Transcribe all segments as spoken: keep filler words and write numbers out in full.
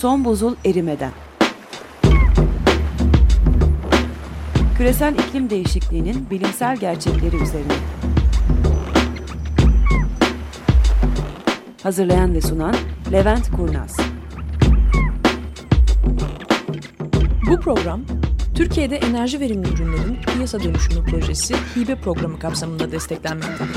Son buzul erimeden. Küresel iklim değişikliğinin bilimsel gerçekleri üzerine. Hazırlayan ve sunan Levent Kurnaz. Bu program, Türkiye'de enerji verimli ürünlerin piyasa dönüşümü projesi hibe programı kapsamında desteklenmektedir.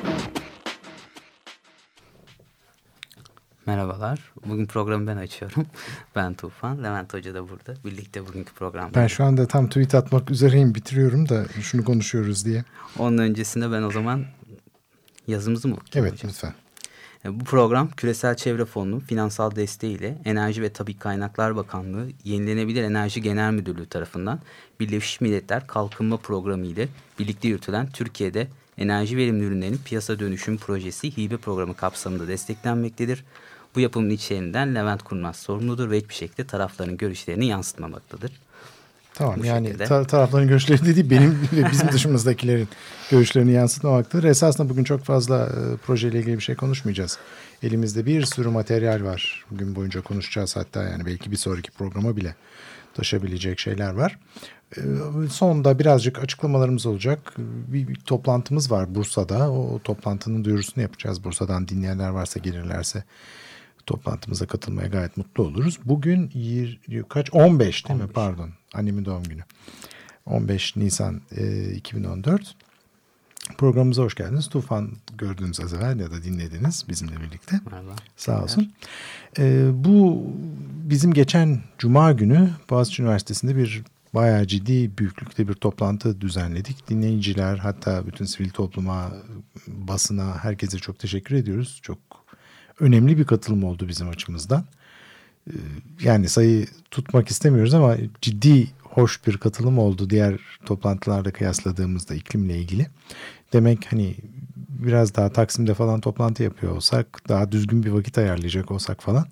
Merhabalar. Bugün programı ben açıyorum. Ben Tufan. Levent Hoca da burada. Birlikte bugünkü programda. Ben şu anda tam tweet atmak üzereyim. Bitiriyorum da şunu konuşuyoruz diye. Onun öncesinde ben o zaman yazımızı mı okuyayım? Evet, hocam? lütfen. Bu program Küresel Çevre Fonu'nun finansal desteğiyle Enerji ve Tabii Kaynaklar Bakanlığı Yenilenebilir Enerji Genel Müdürlüğü tarafından Birleşmiş Milletler Kalkınma Programı ile birlikte yürütülen Türkiye'de enerji verimli ürünlerin piyasa dönüşüm projesi hibe programı kapsamında desteklenmektedir. Bu yapımın içeriğinden Levent Kurnaz sorumludur ve hiçbir şekilde tarafların görüşlerini yansıtmamaktadır. Tamam, Bu yani şekilde. tar- tarafların görüşleri dediği benim ve bizim dışımızdakilerin görüşlerini yansıtmamaktır. Esasında bugün çok fazla e, projeyle ilgili bir şey konuşmayacağız. Elimizde bir sürü materyal var. Bugün boyunca konuşacağız, hatta yani belki bir sonraki programa bile taşabilecek şeyler var. E, sonunda birazcık açıklamalarımız olacak. Bir, bir toplantımız var Bursa'da. O, o toplantının duyurusunu yapacağız. Bursa'dan dinleyenler varsa, gelirlerse toplantımıza katılmaya gayet mutlu oluruz. Bugün yirmi, kaç? on beş değil on beş. Mi? Pardon. Annemin doğum günü. on beş Nisan e, iki bin on dört. Programımıza hoş geldiniz. Tufan gördüğünüz az evvel ya da dinlediniz bizimle birlikte. Merhaba. Sağ olsun. E, bu bizim geçen Cuma günü Boğaziçi Üniversitesi'nde bir bayağı ciddi büyüklükte bir toplantı düzenledik. Dinleyiciler, hatta bütün sivil topluma, basına, herkese çok teşekkür ediyoruz. Çok önemli bir katılım oldu bizim açımızdan. Yani sayı tutmak istemiyoruz ama ciddi, hoş bir katılım oldu diğer toplantılarda kıyasladığımızda iklimle ilgili. Demek hani biraz daha Taksim'de falan toplantı yapıyor olsak, daha düzgün bir vakit ayarlayacak olsak falan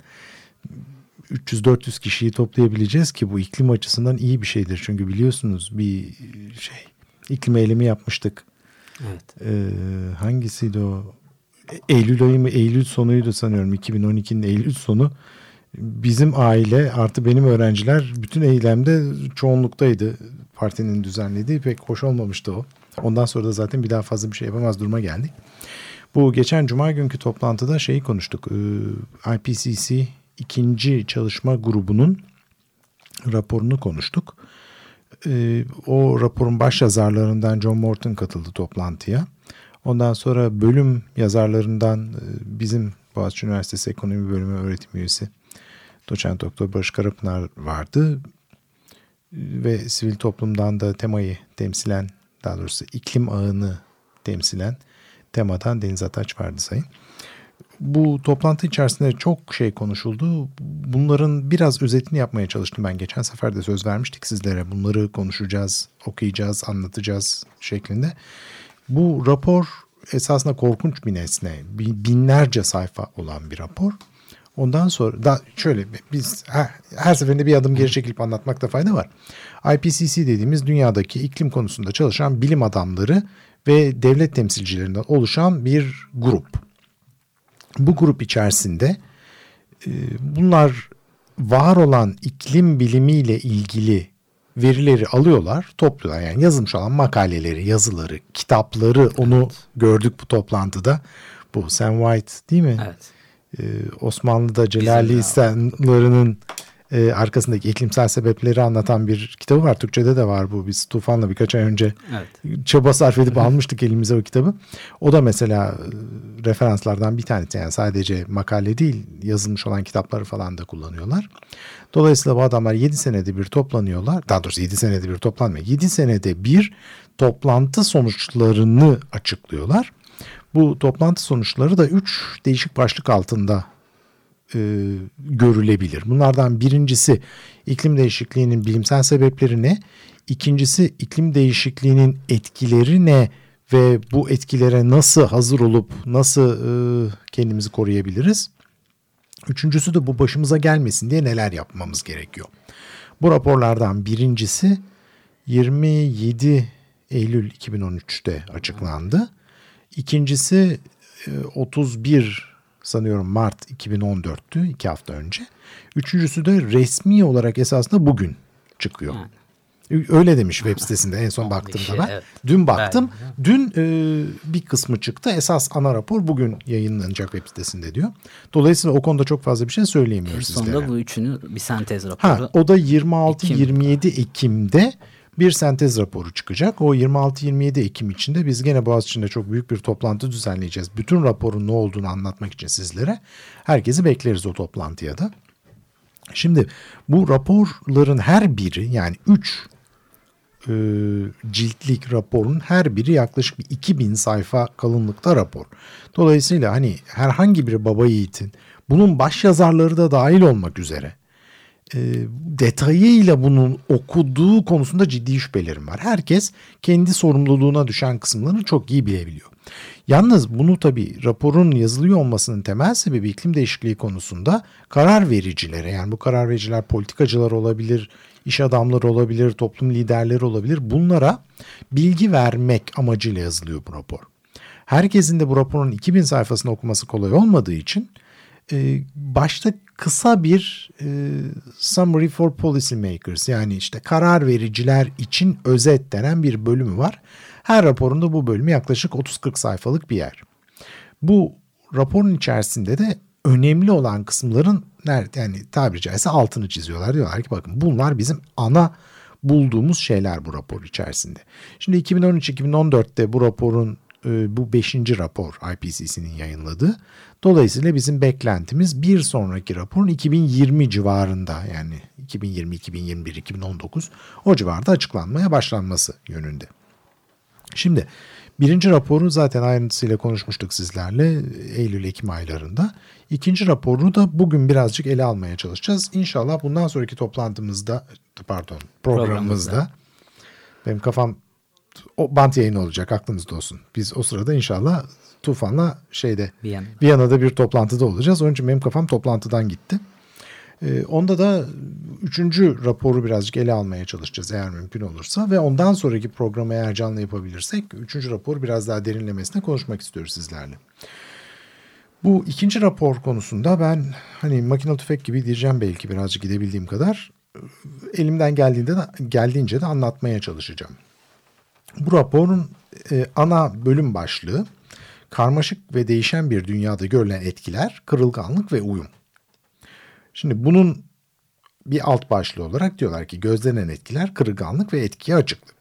üç yüz dört yüz kişiyi toplayabileceğiz ki bu iklim açısından iyi bir şeydir. Çünkü biliyorsunuz bir şey iklim eylemi yapmıştık. Evet. Ee, hangisiydi o? Eylül ayı mı? Eylül sonuydu sanıyorum. iki bin on ikinin Eylül sonu. Bizim aile artı benim öğrenciler bütün eylemde çoğunluktaydı. Partinin düzenlediği pek hoş olmamıştı o. Ondan sonra da zaten bir daha fazla bir şey yapamaz duruma geldik. Bu geçen Cuma günkü toplantıda şeyi konuştuk. I P C C ikinci çalışma grubunun raporunu konuştuk. O raporun baş yazarlarından John Morton katıldı toplantıya. Ondan sonra bölüm yazarlarından bizim Boğaziçi Üniversitesi Ekonomi Bölümü öğretim üyesi Doçent Doktor Barış Karapınar vardı. Ve sivil toplumdan da temayı temsilen, daha doğrusu iklim ağını temsilen temadan Deniz Ataç vardı sayın. Bu toplantı içerisinde çok şey konuşuldu. Bunların biraz özetini yapmaya çalıştım ben. Geçen sefer de söz vermiştik sizlere. Bunları konuşacağız, okuyacağız, anlatacağız şeklinde. Bu rapor esasında korkunç bir nesne. Binlerce sayfa olan bir rapor. Ondan sonra da şöyle biz her, her seferinde bir adım geri çekilip anlatmakta fayda var. I P C C dediğimiz dünyadaki iklim konusunda çalışan bilim adamları ve devlet temsilcilerinden oluşan bir grup. Bu grup içerisinde e, bunlar var olan iklim bilimiyle ilgili verileri alıyorlar, topluyorlar. Yani yazılmış olan makaleleri, yazıları, kitapları, onu evet. Gördük bu toplantıda. Bu Sam White değil mi? Evet. Ee, Osmanlı'da Celali isyanlarının e, arkasındaki iklimsel sebepleri anlatan bir kitabı var. Türkçe'de de var bu. Biz Tufan'la birkaç ay önce evet. çaba sarf edip almıştık elimize o kitabı. O da mesela referanslardan bir tanesi. Yani sadece makale değil, yazılmış olan kitapları falan da kullanıyorlar. Dolayısıyla bu adamlar yedi senede bir toplanıyorlar. Daha doğrusu yedi senede bir toplanmıyor. yedi senede bir toplantı sonuçlarını açıklıyorlar. Bu toplantı sonuçları da üç değişik başlık altında e, görülebilir. Bunlardan birincisi iklim değişikliğinin bilimsel sebepleri ne? İkincisi iklim değişikliğinin etkileri ne ve bu etkilere nasıl hazır olup nasıl e, kendimizi koruyabiliriz? Üçüncüsü de bu başımıza gelmesin diye neler yapmamız gerekiyor? Bu raporlardan birincisi yirmi yedi Eylül iki bin on üçte açıklandı. İkincisi otuz bir sanıyorum Mart iki bin on dörttü, iki hafta önce. Üçüncüsü de resmi olarak esasında bugün çıkıyor. Yani. Öyle demiş web sitesinde en son baktığımda şey, ben. Evet. Dün baktım. Ben, Dün e, bir kısmı çıktı. Esas ana rapor bugün yayınlanacak web sitesinde diyor. Dolayısıyla o konuda çok fazla bir şey söyleyemiyoruz sizlere. Sonunda bu üçünü bir sentez raporu. Ha, o da yirmi altı yirmi yedi Ekim'de bir sentez raporu çıkacak. O yirmi altı yirmi yedi Ekim içinde biz gene Boğaziçi'nde çok büyük bir toplantı düzenleyeceğiz. Bütün raporun ne olduğunu anlatmak için sizlere. Herkesi bekleriz o toplantıya da. Şimdi bu raporların her biri, yani üç e, ciltlik raporun her biri yaklaşık bir iki bin sayfa kalınlıkta rapor. Dolayısıyla hani herhangi bir baba yiğitin, bunun başyazarları da dahil olmak üzere e, detayıyla bunun okuduğu konusunda ciddi şüphelerim var. Herkes kendi sorumluluğuna düşen kısımlarını çok iyi bilebiliyor. Yalnız bunu tabii raporun yazılıyor olmasının temel sebebi iklim değişikliği konusunda karar vericilere, yani bu karar vericiler politikacılar olabilir, iş adamları olabilir, toplum liderleri olabilir, bunlara bilgi vermek amacıyla yazılıyor bu rapor. Herkesin de bu raporun iki bin sayfasını okuması kolay olmadığı için e, başta kısa bir e, summary for policy makers, yani işte karar vericiler için özet denen bir bölümü var. Her raporunda bu bölümü yaklaşık otuz kırk sayfalık bir yer. Bu raporun içerisinde de önemli olan kısımların nerede, yani tabiri caizse altını çiziyorlar. Diyorlar ki bakın bunlar bizim ana bulduğumuz şeyler bu rapor içerisinde. Şimdi iki bin on üç iki bin on dörtte bu raporun e, bu beşinci rapor I P C C'nin yayınladığı. Dolayısıyla bizim beklentimiz bir sonraki raporun iki bin yirmi civarında, yani iki bin yirmi, iki bin yirmi bir, iki bin on dokuz o civarda açıklanmaya başlanması yönünde. Şimdi birinci raporu zaten ayrıntısıyla konuşmuştuk sizlerle Eylül-Ekim aylarında. İkinci raporu da bugün birazcık ele almaya çalışacağız. İnşallah bundan sonraki toplantımızda, pardon programımızda, programımızda. benim kafam o bant yayını olacak, aklınızda olsun. Biz o sırada inşallah Tufan'la şeyde Viyana. Viyana'da bir toplantıda olacağız. Onun için benim kafam toplantıdan gitti. Ee, onda da üçüncü raporu birazcık ele almaya çalışacağız eğer mümkün olursa ve ondan sonraki programı eğer canlı yapabilirsek üçüncü raporu biraz daha derinlemesine konuşmak istiyoruz sizlerle. Bu ikinci rapor konusunda ben hani makinalı tüfek gibi diyeceğim belki birazcık gidebildiğim kadar elimden geldiğinde de, geldiğince de anlatmaya çalışacağım. Bu raporun e, ana bölüm başlığı karmaşık ve değişen bir dünyada görülen etkiler, kırılganlık ve uyum. Şimdi bunun bir alt başlığı olarak diyorlar ki gözlenen etkiler, kırılganlık ve etkiye açıklık.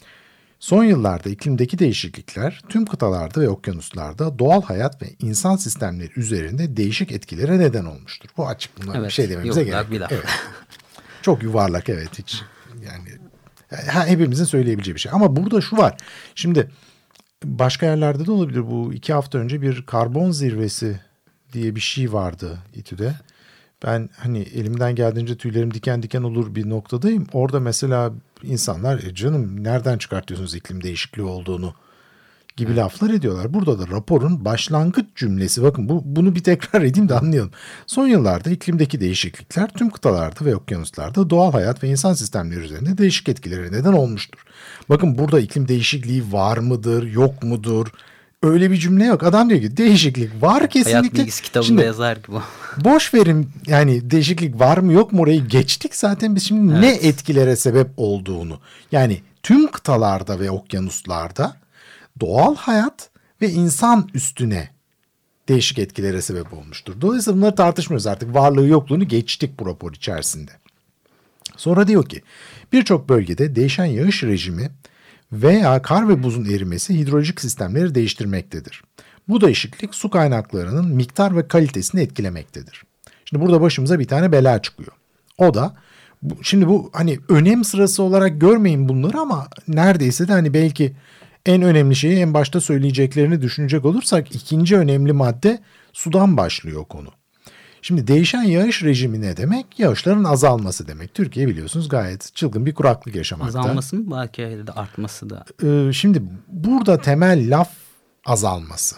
Son yıllarda iklimdeki değişiklikler tüm kıtalarda ve okyanuslarda doğal hayat ve insan sistemleri üzerinde değişik etkilere neden olmuştur. Bu açık, buna evet, bir şey dememize gerek yok. Evet. Çok yuvarlak, evet, hiç yani hepimizin söyleyebileceği bir şey. Ama burada şu var. Şimdi başka yerlerde de olabilir. Bu iki hafta önce bir karbon zirvesi diye bir şey vardı İTÜ'de. Ben hani elimden geldiğince tüylerim diken diken olur bir noktadayım. Orada mesela insanlar e canım nereden çıkartıyorsunuz iklim değişikliği olduğunu gibi laflar ediyorlar. Burada da raporun başlangıç cümlesi, bakın bu bunu bir tekrar edeyim de anlayalım. Son yıllarda iklimdeki değişiklikler tüm kıtalarda ve okyanuslarda doğal hayat ve insan sistemleri üzerinde değişik etkilere neden olmuştur. Bakın burada iklim değişikliği var mıdır, yok mudur? Öyle bir cümle yok. Adam diyor ki değişiklik var kesinlikle. Hayat bilgisi kitabında şimdi, yazar ki bu. Boş verin yani değişiklik var mı yok mu orayı geçtik zaten biz şimdi evet. Ne etkilere sebep olduğunu. Yani tüm kıtalarda ve okyanuslarda doğal hayat ve insan üstüne değişik etkilere sebep olmuştur. Dolayısıyla bunları tartışmıyoruz artık. Varlığı yokluğunu geçtik bu rapor içerisinde. Sonra diyor ki birçok bölgede değişen yağış rejimi veya kar ve buzun erimesi hidrolojik sistemleri değiştirmektedir. Bu değişiklik su kaynaklarının miktar ve kalitesini etkilemektedir. Şimdi burada başımıza bir tane bela çıkıyor. O da bu, şimdi bu hani önem sırası olarak görmeyin bunları ama neredeyse de hani belki en önemli şeyi en başta söyleyeceklerini düşünecek olursak ikinci önemli madde sudan başlıyor konu. Şimdi değişen yağış rejimi ne demek? Yağışların azalması demek. Türkiye biliyorsunuz gayet çılgın bir kuraklık yaşamakta. Azalması mı belki de artması da? Ee, şimdi burada temel laf azalması.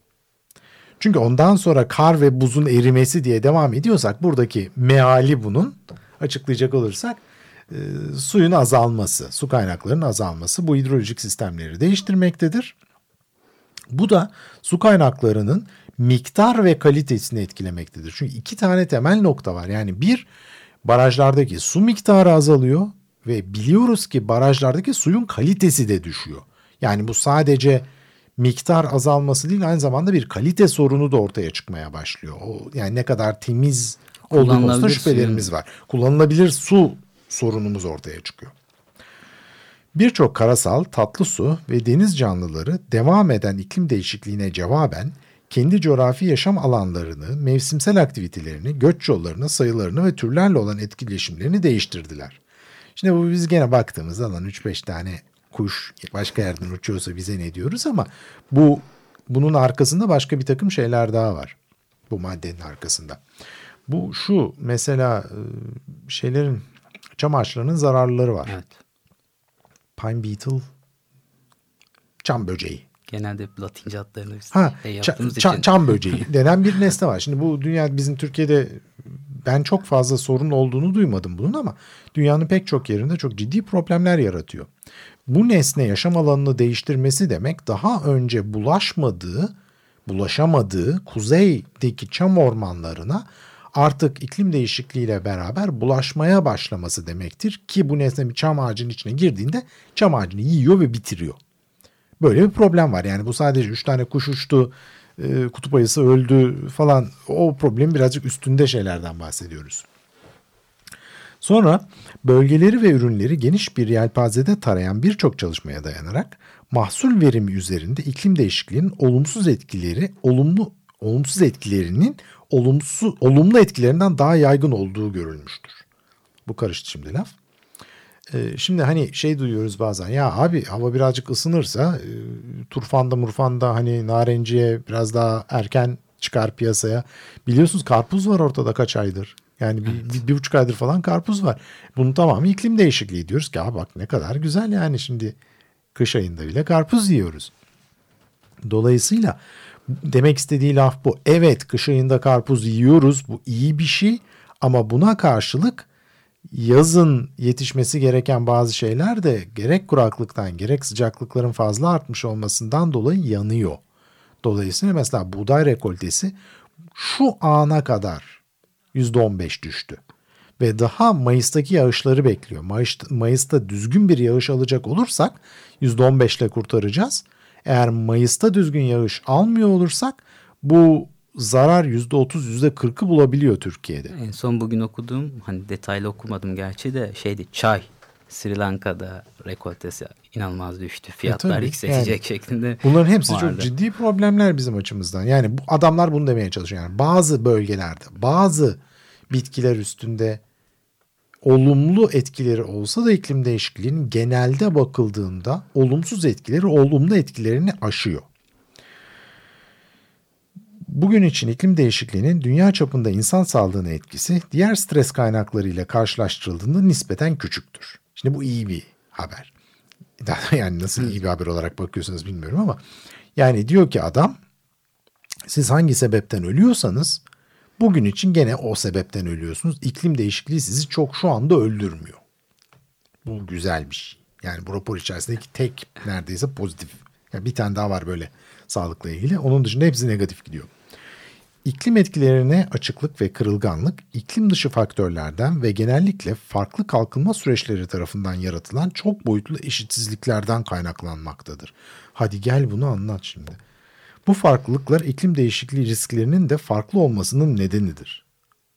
Çünkü ondan sonra kar ve buzun erimesi diye devam ediyorsak buradaki meali bunun açıklayacak olursak e, suyun azalması, su kaynaklarının azalması bu hidrolojik sistemleri değiştirmektedir. Bu da su kaynaklarının miktar ve kalitesini etkilemektedir. Çünkü iki tane temel nokta var. Yani bir, barajlardaki su miktarı azalıyor ve biliyoruz ki barajlardaki suyun kalitesi de düşüyor. Yani bu sadece miktar azalması değil, aynı zamanda bir kalite sorunu da ortaya çıkmaya başlıyor. O, yani ne kadar temiz olduğumuzda şüphelerimiz var. Kullanılabilir su sorunumuz ortaya çıkıyor. Birçok karasal, tatlı su ve deniz canlıları devam eden iklim değişikliğine cevaben kendi coğrafi yaşam alanlarını, mevsimsel aktivitelerini, göç yollarını, sayılarını ve türlerle olan etkileşimlerini değiştirdiler. Şimdi bu biz gene baktığımızda lan üç beş tane kuş başka yerden uçuyorsa bize ne diyoruz, ama bu bunun arkasında başka bir takım şeyler daha var. Bu maddenin arkasında. Bu şu mesela şeylerin, çam ağaçlarının zararlıları var. Evet. Pine beetle, çam böceği. Genelde Latince adlarını ha, şey yaptığımız ça, için. Çam böceği denen bir nesne var. Şimdi bu dünya, bizim Türkiye'de ben çok fazla sorun olduğunu duymadım bunun, ama dünyanın pek çok yerinde çok ciddi problemler yaratıyor. Bu nesne yaşam alanını değiştirmesi demek, daha önce bulaşmadığı, bulaşamadığı kuzeydeki çam ormanlarına artık iklim değişikliğiyle beraber bulaşmaya başlaması demektir ki bu nesne bir çam ağacının içine girdiğinde çam ağacını yiyor ve bitiriyor. Böyle bir problem var. Yani bu sadece üç tane kuş uçtu, e, kutup ayısı öldü falan, o problemin birazcık üstünde şeylerden bahsediyoruz. Sonra bölgeleri ve ürünleri geniş bir yelpazede tarayan birçok çalışmaya dayanarak mahsul verimi üzerinde iklim değişikliğinin olumsuz etkileri, olumlu olumsuz etkilerinin olumsuz olumlu etkilerinden daha yaygın olduğu görülmüştür. Bu karıştı şimdi laf. Ee, şimdi hani şey duyuyoruz bazen, ya abi hava birazcık ısınırsa e, turfanda murfanda hani narenciye biraz daha erken çıkar piyasaya. Biliyorsunuz karpuz var ortada kaç aydır. Yani bir, evet. bir, bir buçuk aydır falan karpuz var. Bunun tamamı iklim değişikliği diyoruz ki ha bak ne kadar güzel, yani şimdi kış ayında bile karpuz yiyoruz. Dolayısıyla demek istediği laf bu. Evet, kış ayında karpuz yiyoruz, bu iyi bir şey, ama buna karşılık yazın yetişmesi gereken bazı şeyler de gerek kuraklıktan gerek sıcaklıkların fazla artmış olmasından dolayı yanıyor. Dolayısıyla mesela buğday rekoltesi şu ana kadar yüzde on beş düştü. Ve daha Mayıs'taki yağışları bekliyor. Mayıs, Mayıs'ta düzgün bir yağış alacak olursak yüzde on beş ile kurtaracağız. Eğer Mayıs'ta düzgün yağış almıyor olursak bu zarar yüzde otuz yüzde kırkı bulabiliyor Türkiye'de. En son bugün okuduğum, hani detaylı okumadım gerçi de, şeydi, çay. Sri Lanka'da rekoltesi inanılmaz düştü. Fiyatlar e yükselecek yani, şeklinde. Bunların hepsi vardı. Çok ciddi problemler bizim açımızdan. Yani bu adamlar bunu demeye çalışıyor. Yani bazı bölgelerde, bazı bitkiler üstünde olumlu etkileri olsa da iklim değişikliğinin genelde bakıldığında olumsuz etkileri olumlu etkilerini aşıyor. Bugün için iklim değişikliğinin dünya çapında insan sağlığına etkisi diğer stres kaynaklarıyla karşılaştırıldığında nispeten küçüktür. Şimdi bu iyi bir haber. Yani nasıl iyi bir haber olarak bakıyorsunuz bilmiyorum, ama yani diyor ki adam, siz hangi sebepten ölüyorsanız bugün için gene o sebepten ölüyorsunuz. İklim değişikliği sizi çok şu anda öldürmüyor. Bu güzel bir şey. Yani bu rapor içerisindeki tek neredeyse pozitif. Yani bir tane daha var böyle sağlıkla ilgili. Onun dışında hepsi negatif gidiyor. İklim etkilerine açıklık ve kırılganlık, iklim dışı faktörlerden ve genellikle farklı kalkınma süreçleri tarafından yaratılan çok boyutlu eşitsizliklerden kaynaklanmaktadır. Hadi gel bunu anlat şimdi. Bu farklılıklar iklim değişikliği risklerinin de farklı olmasının nedenidir.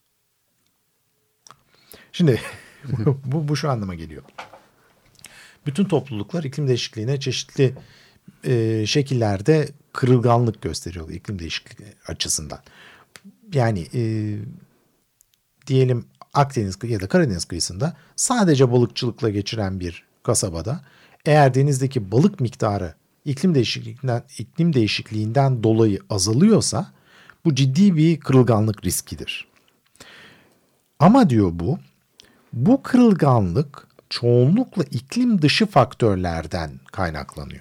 Şimdi bu, bu şu anlama geliyor. Bütün topluluklar iklim değişikliğine çeşitli e, şekillerde kırılganlık gösteriyor iklim değişikliği açısından. Yani e, diyelim Akdeniz ya da Karadeniz kıyısında sadece balıkçılıkla geçiren bir kasabada eğer denizdeki balık miktarı iklim değişikliğinden iklim değişikliğinden dolayı azalıyorsa bu ciddi bir kırılganlık riskidir. Ama diyor bu, bu kırılganlık çoğunlukla iklim dışı faktörlerden kaynaklanıyor.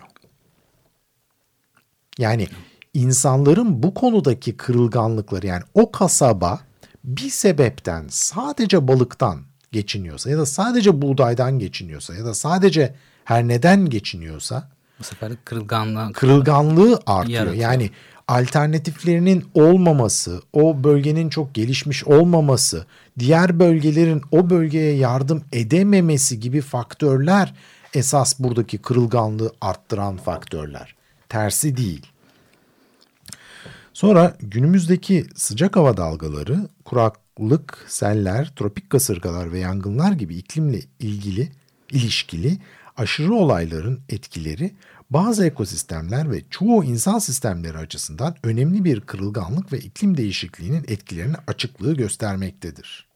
Yani insanların bu konudaki kırılganlıkları, yani o kasaba bir sebepten sadece balıktan geçiniyorsa ya da sadece buğdaydan geçiniyorsa ya da sadece her neden geçiniyorsa bu sefer kırılganlığı, kırılganlığı artıyor. yaratıyor. Yani alternatiflerinin olmaması, o bölgenin çok gelişmiş olmaması, diğer bölgelerin o bölgeye yardım edememesi gibi faktörler esas buradaki kırılganlığı arttıran faktörler. Tersi değil. Sonra günümüzdeki sıcak hava dalgaları, kuraklık, seller, tropik kasırgalar ve yangınlar gibi iklimle ilgili ilişkili aşırı olayların etkileri bazı ekosistemler ve çoğu insan sistemleri açısından önemli bir kırılganlık ve iklim değişikliğinin etkilerine açıklığı göstermektedir.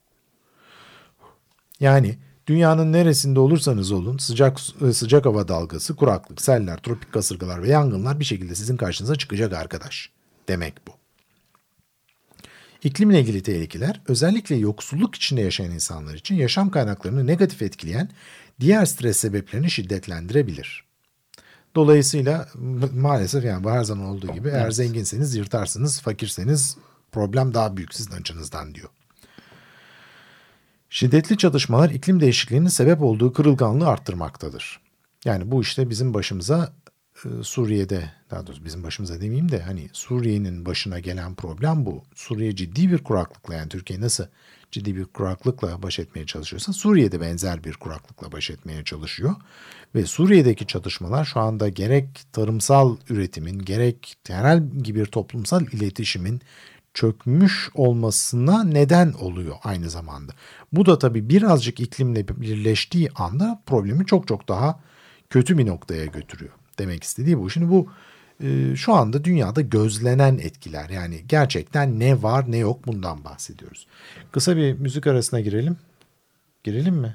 Yani dünyanın neresinde olursanız olun sıcak sıcak hava dalgası, kuraklık, seller, tropik kasırgalar ve yangınlar bir şekilde sizin karşınıza çıkacak arkadaş demek bu. İklimle ilgili tehlikeler özellikle yoksulluk içinde yaşayan insanlar için yaşam kaynaklarını negatif etkileyen diğer stres sebeplerini şiddetlendirebilir. Dolayısıyla maalesef yani her zaman olduğu gibi eğer zenginseniz yırtarsınız, fakirseniz problem daha büyük sizin açınızdan diyor. Şiddetli çatışmalar iklim değişikliğinin sebep olduğu kırılganlığı arttırmaktadır. Yani bu işte bizim başımıza Suriye'de, daha doğrusu bizim başımıza demeyeyim de hani Suriye'nin başına gelen problem bu. Suriye ciddi bir kuraklıkla, yani Türkiye nasıl ciddi bir kuraklıkla baş etmeye çalışıyorsa Suriye'de benzer bir kuraklıkla baş etmeye çalışıyor. Ve Suriye'deki çatışmalar şu anda gerek tarımsal üretimin gerek herhangi bir toplumsal iletişimin çökmüş olmasına neden oluyor aynı zamanda. Bu da tabii birazcık iklimle birleştiği anda problemi çok çok daha kötü bir noktaya götürüyor. Demek istediği bu. Şimdi bu e, şu anda dünyada gözlenen etkiler. Yani gerçekten ne var ne yok bundan bahsediyoruz. Kısa bir müzik arasına girelim. Girelim mi?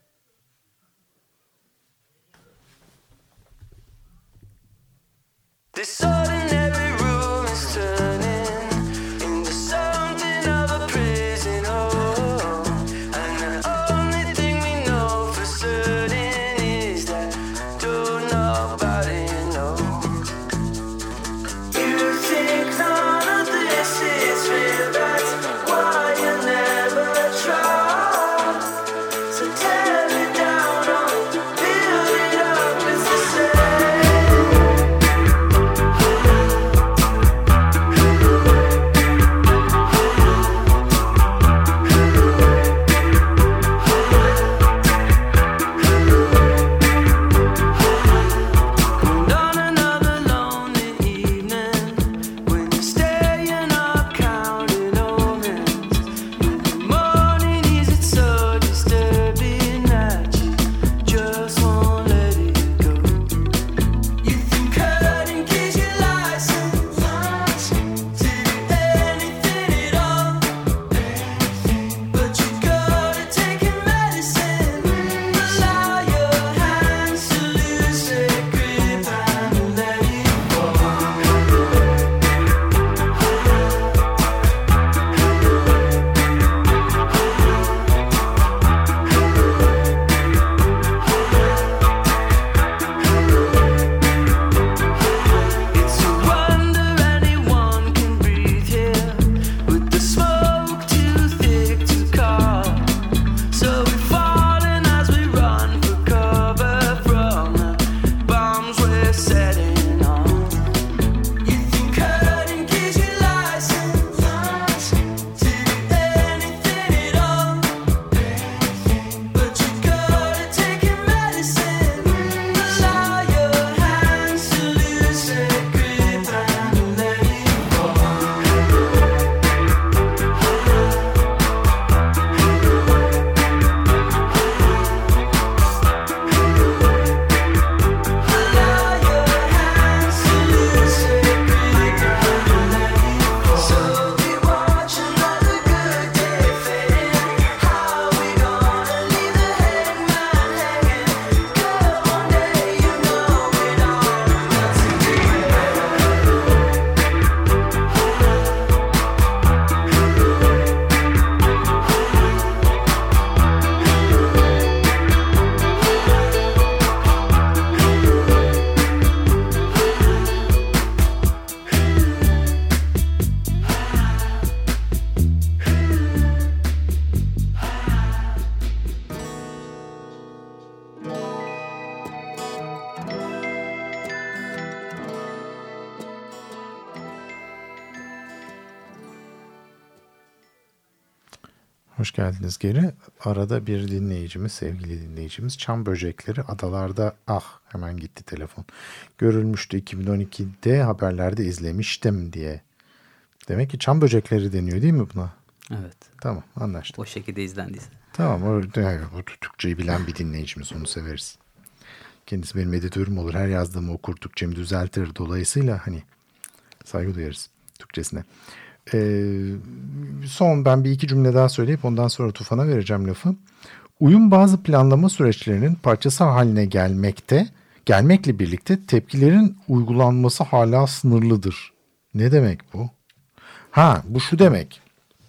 This ordinary room is turning into something of a prison, oh. And the only thing we know for certain is that don't nobody know. You think none of this is real, that's why you never try. So Hoş geldiniz geri. Arada bir dinleyicimiz, sevgili dinleyicimiz, çam böcekleri adalarda, ah hemen gitti telefon, görülmüştü iki bin on ikide haberlerde izlemiştim diye. Demek ki çam böcekleri deniyor değil mi buna? Evet. Tamam, anlaştık. O şekilde izlendiyse. Tamam, o, yani, o Türkçeyi bilen bir dinleyicimiz, onu severiz. Kendisi benim editörüm olur. Her yazdığımı okur, Türkçemi düzeltir. Dolayısıyla hani saygı duyarız Türkçesine. Ee, son ben bir iki cümle daha söyleyip ondan sonra Tufan'a vereceğim lafı. Uyum bazı planlama süreçlerinin parçası haline gelmekte, gelmekle birlikte tepkilerin uygulanması hala sınırlıdır. Ne demek bu? Ha, bu şu demek.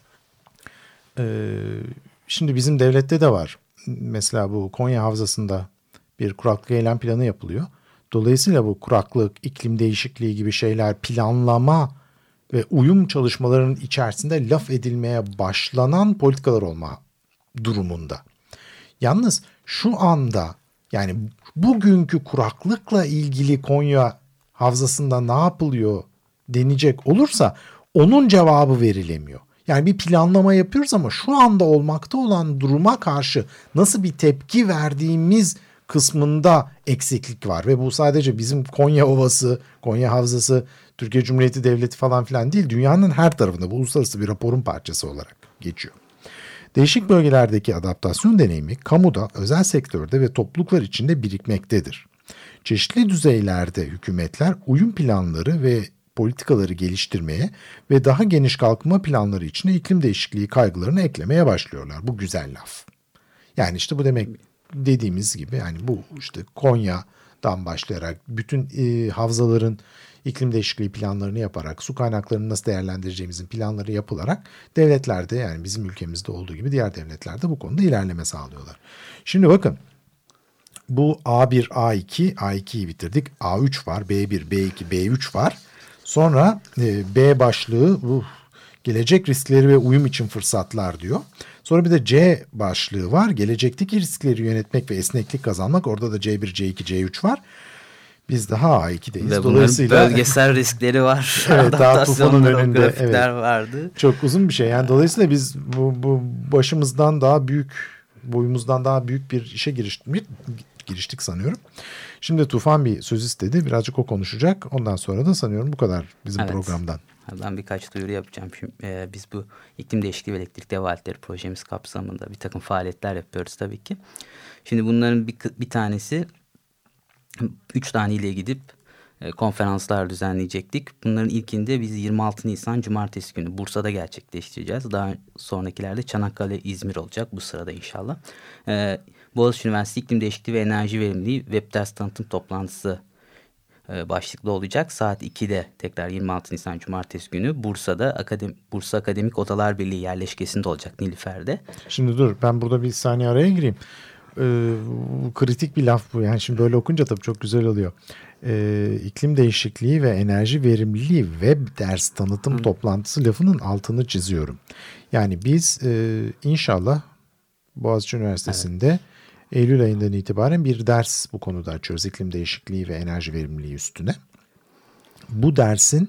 Ee, şimdi bizim devlette de var. Mesela bu Konya Havzası'nda bir kuraklık eylem planı yapılıyor. Dolayısıyla bu kuraklık, iklim değişikliği gibi şeyler planlama ve uyum çalışmalarının içerisinde laf edilmeye başlanan politikalar olma durumunda. Yalnız şu anda, yani bugünkü kuraklıkla ilgili Konya Havzası'nda ne yapılıyor denecek olursa onun cevabı verilemiyor. Yani bir planlama yapıyoruz ama şu anda olmakta olan duruma karşı nasıl bir tepki verdiğimiz kısmında eksiklik var. Ve bu sadece bizim Konya Ovası, Konya Havzası, Türkiye Cumhuriyeti Devleti falan filan değil. Dünyanın her tarafında bu uluslararası bir raporun parçası olarak geçiyor. Değişik bölgelerdeki adaptasyon deneyimi kamuda, özel sektörde ve topluluklar içinde birikmektedir. Çeşitli düzeylerde hükümetler uyum planları ve politikaları geliştirmeye ve daha geniş kalkınma planları içine iklim değişikliği kaygılarını eklemeye başlıyorlar. Bu güzel laf. Yani işte bu demek dediğimiz gibi, yani bu işte Konya'dan başlayarak bütün e, havzaların iklim değişikliği planlarını yaparak, su kaynaklarını nasıl değerlendireceğimizin planları yapılarak devletlerde, yani bizim ülkemizde olduğu gibi diğer devletlerde bu konuda ilerleme sağlıyorlar. Şimdi bakın, bu A bir, A iki, A ikiyi bitirdik. A üç var, B bir, B iki, B üç var. Sonra e, B başlığı bu gelecek riskleri ve uyum için fırsatlar diyor. Sonra bir de C başlığı var. Gelecekteki riskleri yönetmek ve esneklik kazanmak. Orada da C bir, C iki, C üç var. Biz daha A iki'deyiz. Ve dolayısıyla bölgesel riskleri var. Evet, daha Tufan'ın önünde. Grafikler Evet. vardı. Çok uzun bir şey. Yani dolayısıyla biz bu, bu başımızdan daha büyük, boyumuzdan daha büyük bir işe giriştik, giriştik sanıyorum. Şimdi Tufan bir söz istedi. Birazcık o konuşacak. Ondan sonra da sanıyorum bu kadar bizim Evet. programdan. Ben birkaç duyuru yapacağım. Şimdi, e, biz bu iklim değişikliği ve elektrik dev aletleri projemiz kapsamında bir takım faaliyetler yapıyoruz tabii ki. Şimdi bunların bir, bir tanesi üç taneyle gidip e, konferanslar düzenleyecektik. Bunların ilkinde biz yirmi altı Nisan Cumartesi günü Bursa'da gerçekleştireceğiz. Daha sonrakilerde Çanakkale, İzmir olacak bu sırada inşallah. E, Boğaziçi Üniversitesi İklim Değişikliği ve Enerji Verimliliği Web Ders Tanıtım Toplantısı e, başlıklı olacak. Saat ikide tekrar yirmi altı Nisan Cumartesi günü Bursa'da Akademi, Bursa Akademik Odalar Birliği yerleşkesinde olacak, Nilüfer'de. Şimdi dur, ben burada bir saniye araya gireyim. Ee, kritik bir laf bu. Yani şimdi böyle okunca tabii çok güzel oluyor. Ee, iklim değişikliği ve enerji verimliliği web ders tanıtım Hı. toplantısı lafının altını çiziyorum. Yani biz e, inşallah Boğaziçi Üniversitesi'nde evet. Eylül ayından itibaren bir ders bu konuda açıyoruz. İklim değişikliği ve enerji verimliliği üstüne. Bu dersin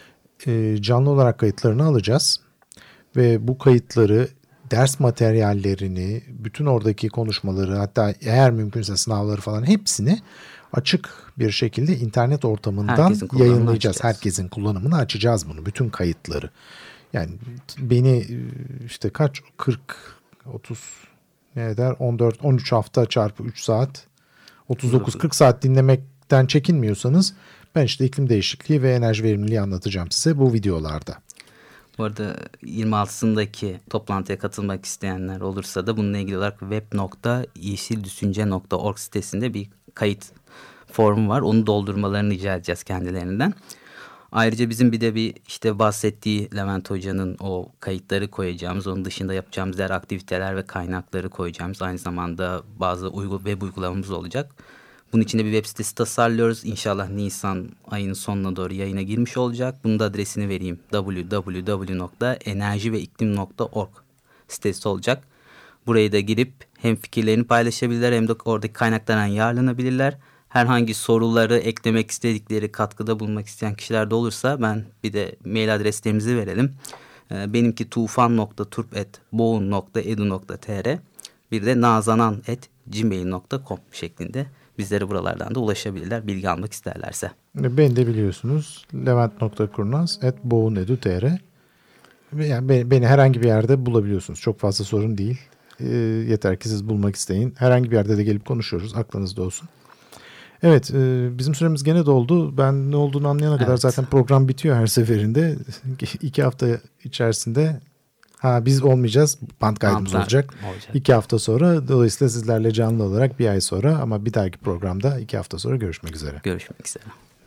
e, canlı olarak kayıtlarını alacağız. Ve bu kayıtları, ders materyallerini, bütün oradaki konuşmaları, hatta eğer mümkünse sınavları falan hepsini açık bir şekilde internet ortamından yayınlayacağız. Açacağız. Herkesin kullanımını açacağız bunu. Bütün kayıtları. Yani beni işte kaç kırk otuz ne eder on dört on üç hafta çarpı üç saat otuz dokuz kırk saat dinlemekten çekinmiyorsanız ben işte iklim değişikliği ve enerji verimliliği anlatacağım size bu videolarda. Bu arada yirmi altısındaki toplantıya katılmak isteyenler olursa da bununla ilgili olarak web nokta yeşildüsünce nokta org sitesinde bir kayıt formu var. Onu doldurmalarını rica edeceğiz kendilerinden. Ayrıca bizim bir de bir işte bahsettiği Levent Hoca'nın o kayıtları koyacağımız, onun dışında yapacağımız diğer aktiviteler ve kaynakları koyacağımız, aynı zamanda bazı uygu, web uygulamamız olacak. Bunun için de bir web sitesi tasarlıyoruz. İnşallah Nisan ayının sonuna doğru yayına girmiş olacak. Bunun da adresini vereyim. double-u double-u double-u nokta enerji ve iklim nokta org sitesi olacak. Buraya da girip hem fikirlerini paylaşabilirler hem de oradaki kaynaklardan yararlanabilirler. Herhangi soruları eklemek istedikleri, katkıda bulunmak isteyen kişiler de olursa ben bir de mail adreslerimizi verelim. E, benimki tufan nokta turp at boğun nokta edu nokta tr, bir de nazanan at gmail nokta com şeklinde bizlere buralardan da ulaşabilirler bilgi almak isterlerse. Beni de biliyorsunuz levent nokta kurnaz at boğun nokta edu nokta tr. Yani beni, beni herhangi bir yerde bulabiliyorsunuz. Çok fazla sorun değil. E, yeter ki siz bulmak isteyin. Herhangi bir yerde de gelip konuşuyoruz. Aklınızda olsun. Evet, e, bizim süremiz gene doldu. Ben ne olduğunu anlayana kadar Evet. zaten program bitiyor her seferinde. İki hafta içerisinde ha biz olmayacağız. Band kaydımız Bantlar olacak. olacak. İki hafta sonra, dolayısıyla sizlerle canlı olarak bir ay sonra, ama bir dahaki programda iki hafta sonra görüşmek üzere. Görüşmek üzere.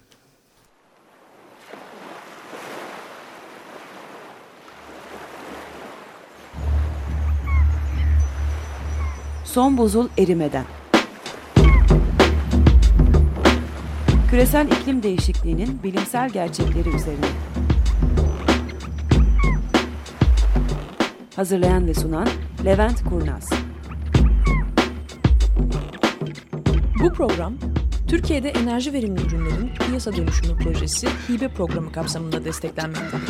Son buzul erimeden. Küresel iklim değişikliğinin bilimsel gerçekleri üzerine. Hazırlayan ve sunan Levent Kurnaz. Bu program, Türkiye'de enerji verimli ürünlerin piyasa dönüşümü projesi hibe programı kapsamında desteklenmektedir.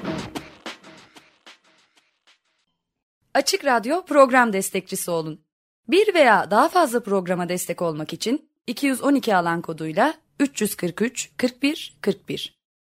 Açık Radyo program destekçisi olun. Bir veya daha fazla programa destek olmak için iki yüz on iki alan koduyla üç yüz kırk üç kırk bir kırk bir